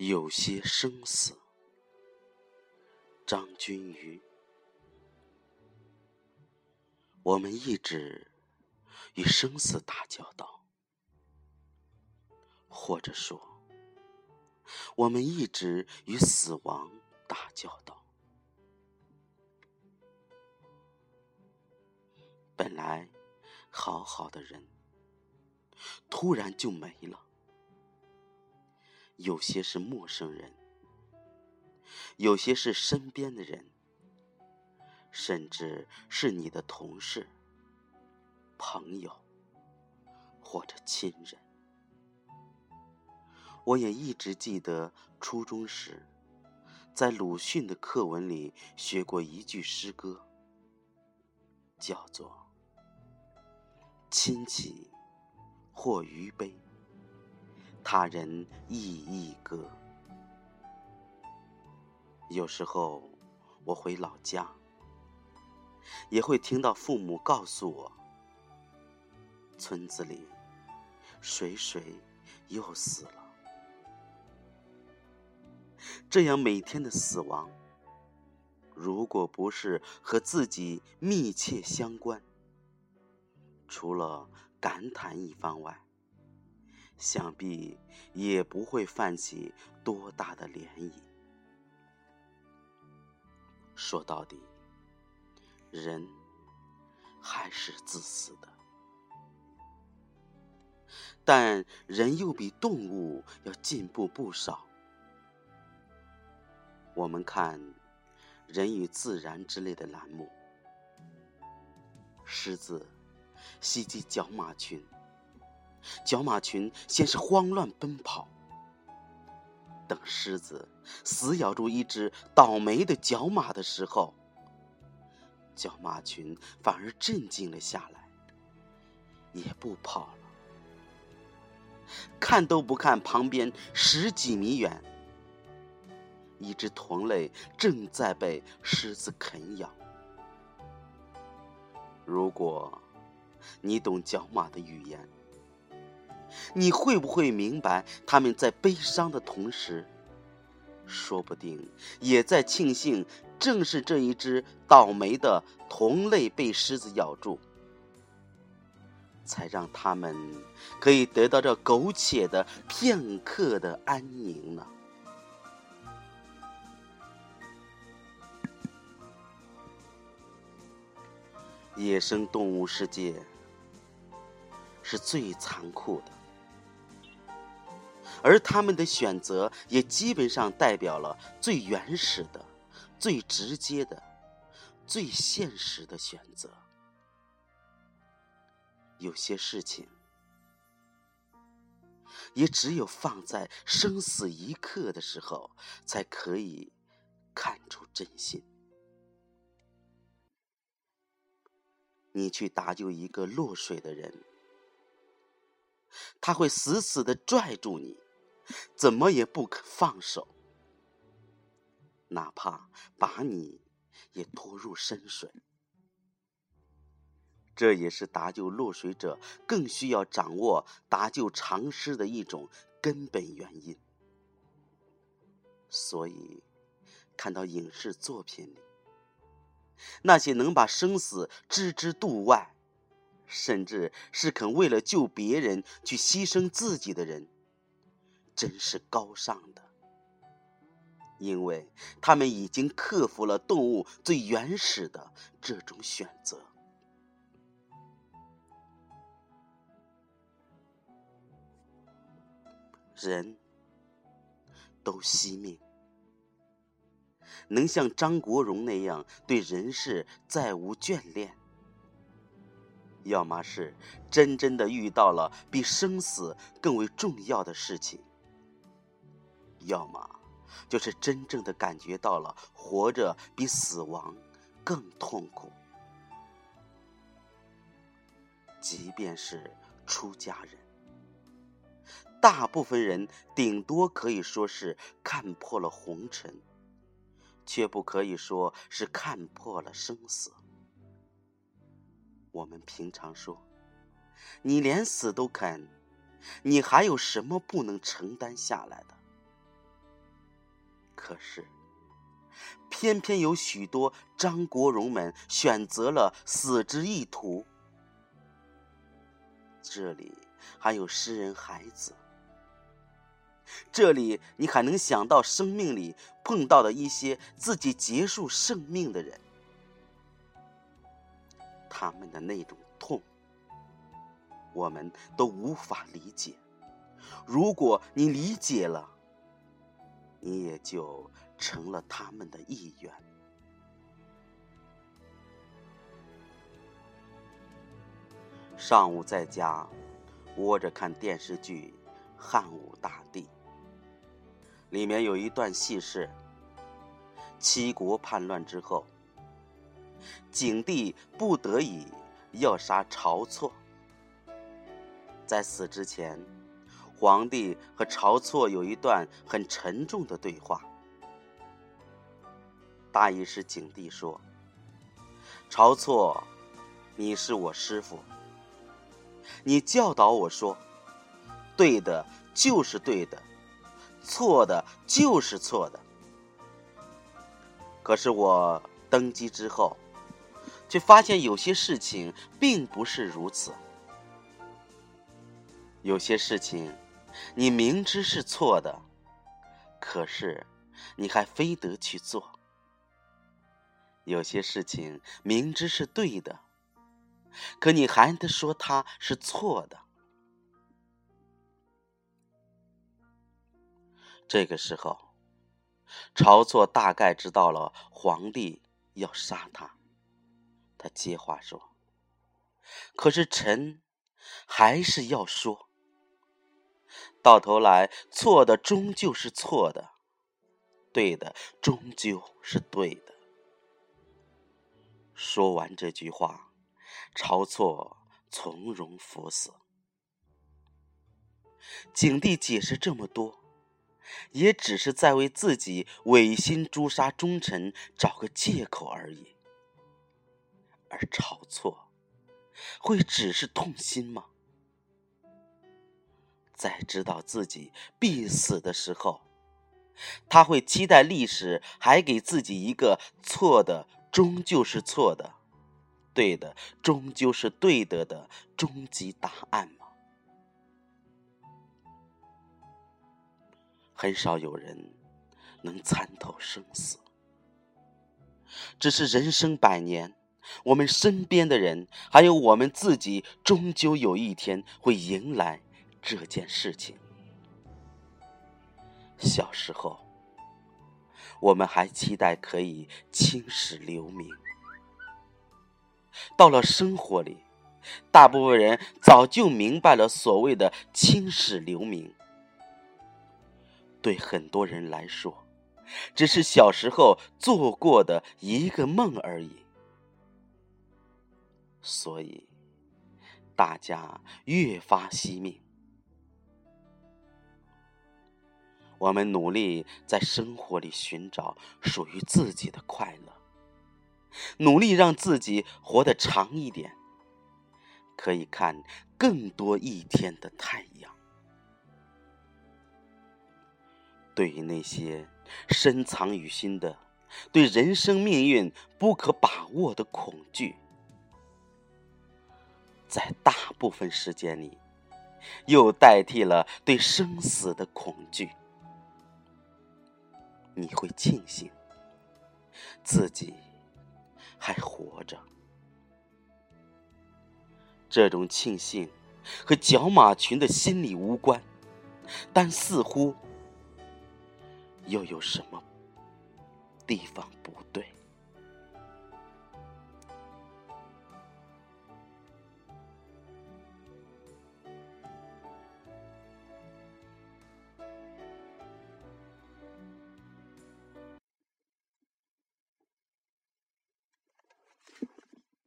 有些生死。张君瑜。我们一直与生死打交道，或者说，我们一直与死亡打交道。本来好好的人，突然就没了。有些是陌生人，有些是身边的人，甚至是你的同事、朋友或者亲人。我也一直记得初中时在鲁迅的课文里学过一句诗歌，叫做亲戚或余悲，他人亦亦歌。有时候我回老家，也会听到父母告诉我，村子里谁谁又死了。这样每天的死亡，如果不是和自己密切相关，除了感叹一番外，想必也不会泛起多大的涟漪。说到底，人还是自私的，但人又比动物要进步不少。我们看人与自然之类的栏目，狮子袭击角马群，角马群先是慌乱奔跑，等狮子死咬住一只倒霉的角马的时候，角马群反而镇静了下来，也不跑了。看都不看旁边10几米远，一只同类正在被狮子啃咬。如果你懂角马的语言，你会不会明白他们在悲伤的同时，说不定也在庆幸正是这一只倒霉的同类被狮子咬住，才让他们可以得到这苟且的片刻的安宁呢？野生动物世界是最残酷的，而他们的选择也基本上代表了最原始的、最直接的、最现实的选择。有些事情也只有放在生死一刻的时候，才可以看出真心。你去搭救一个落水的人，他会死死地拽住你，怎么也不肯放手，哪怕把你也拖入深水。这也是搭救落水者更需要掌握搭救常识的一种根本原因。所以看到影视作品里那些能把生死置之度外，甚至是肯为了救别人去牺牲自己的人，真是高尚的，因为他们已经克服了动物最原始的这种选择。人都惜命，能像张国荣那样对人世再无眷恋，要么是真正的遇到了比生死更为重要的事情，要么就是真正的感觉到了活着比死亡更痛苦。即便是出家人，大部分人顶多可以说是看破了红尘，却不可以说是看破了生死。我们平常说，你连死都肯，你还有什么不能承担下来的？ 可是偏偏有许多张国荣们选择了死之一途。这里还有诗人孩子，这里你还能想到生命里碰到的一些自己结束生命的人，他们的那种痛我们都无法理解。如果你理解了，你也就成了他们的一员。上午在家窝着看电视剧《汉武大帝》，里面有一段戏是七国叛乱之后，景帝不得已要杀晁错。在死之前，皇帝和晁错有一段很沉重的对话，大意是景帝说：晁错，你是我师父，你教导我说，对的就是对的，错的就是错的。可是我登基之后，却发现有些事情并不是如此。有些事情你明知是错的，可是你还非得去做。有些事情明知是对的，可你还得说它是错的。这个时候，晁错大概知道了皇帝要杀他，他接话说：可是臣还是要说，到头来错的终究是错的，对的终究是对的。说完这句话，晁错从容赴死。景帝解释这么多，也只是在为自己违心诛杀忠臣找个借口而已。而晁错会只是痛心吗？在知道自己必死的时候，他会期待历史还给自己一个错的终究是错的，对的终究是对的终极答案吗？很少有人能参透生死，只是人生百年，我们身边的人还有我们自己，终究有一天会迎来这件事情。小时候我们还期待可以青史留名，到了生活里，大部分人早就明白了所谓的青史留名。对很多人来说，只是小时候做过的一个梦而已。所以大家越发惜命，我们努力在生活里寻找属于自己的快乐，努力让自己活得长一点，可以看更多一天的太阳。对于那些深藏于心的对人生命运不可把握的恐惧，在大部分时间里又代替了对生死的恐惧。你会庆幸自己还活着。这种庆幸和角马群的心理无关，但似乎又有什么地方不对。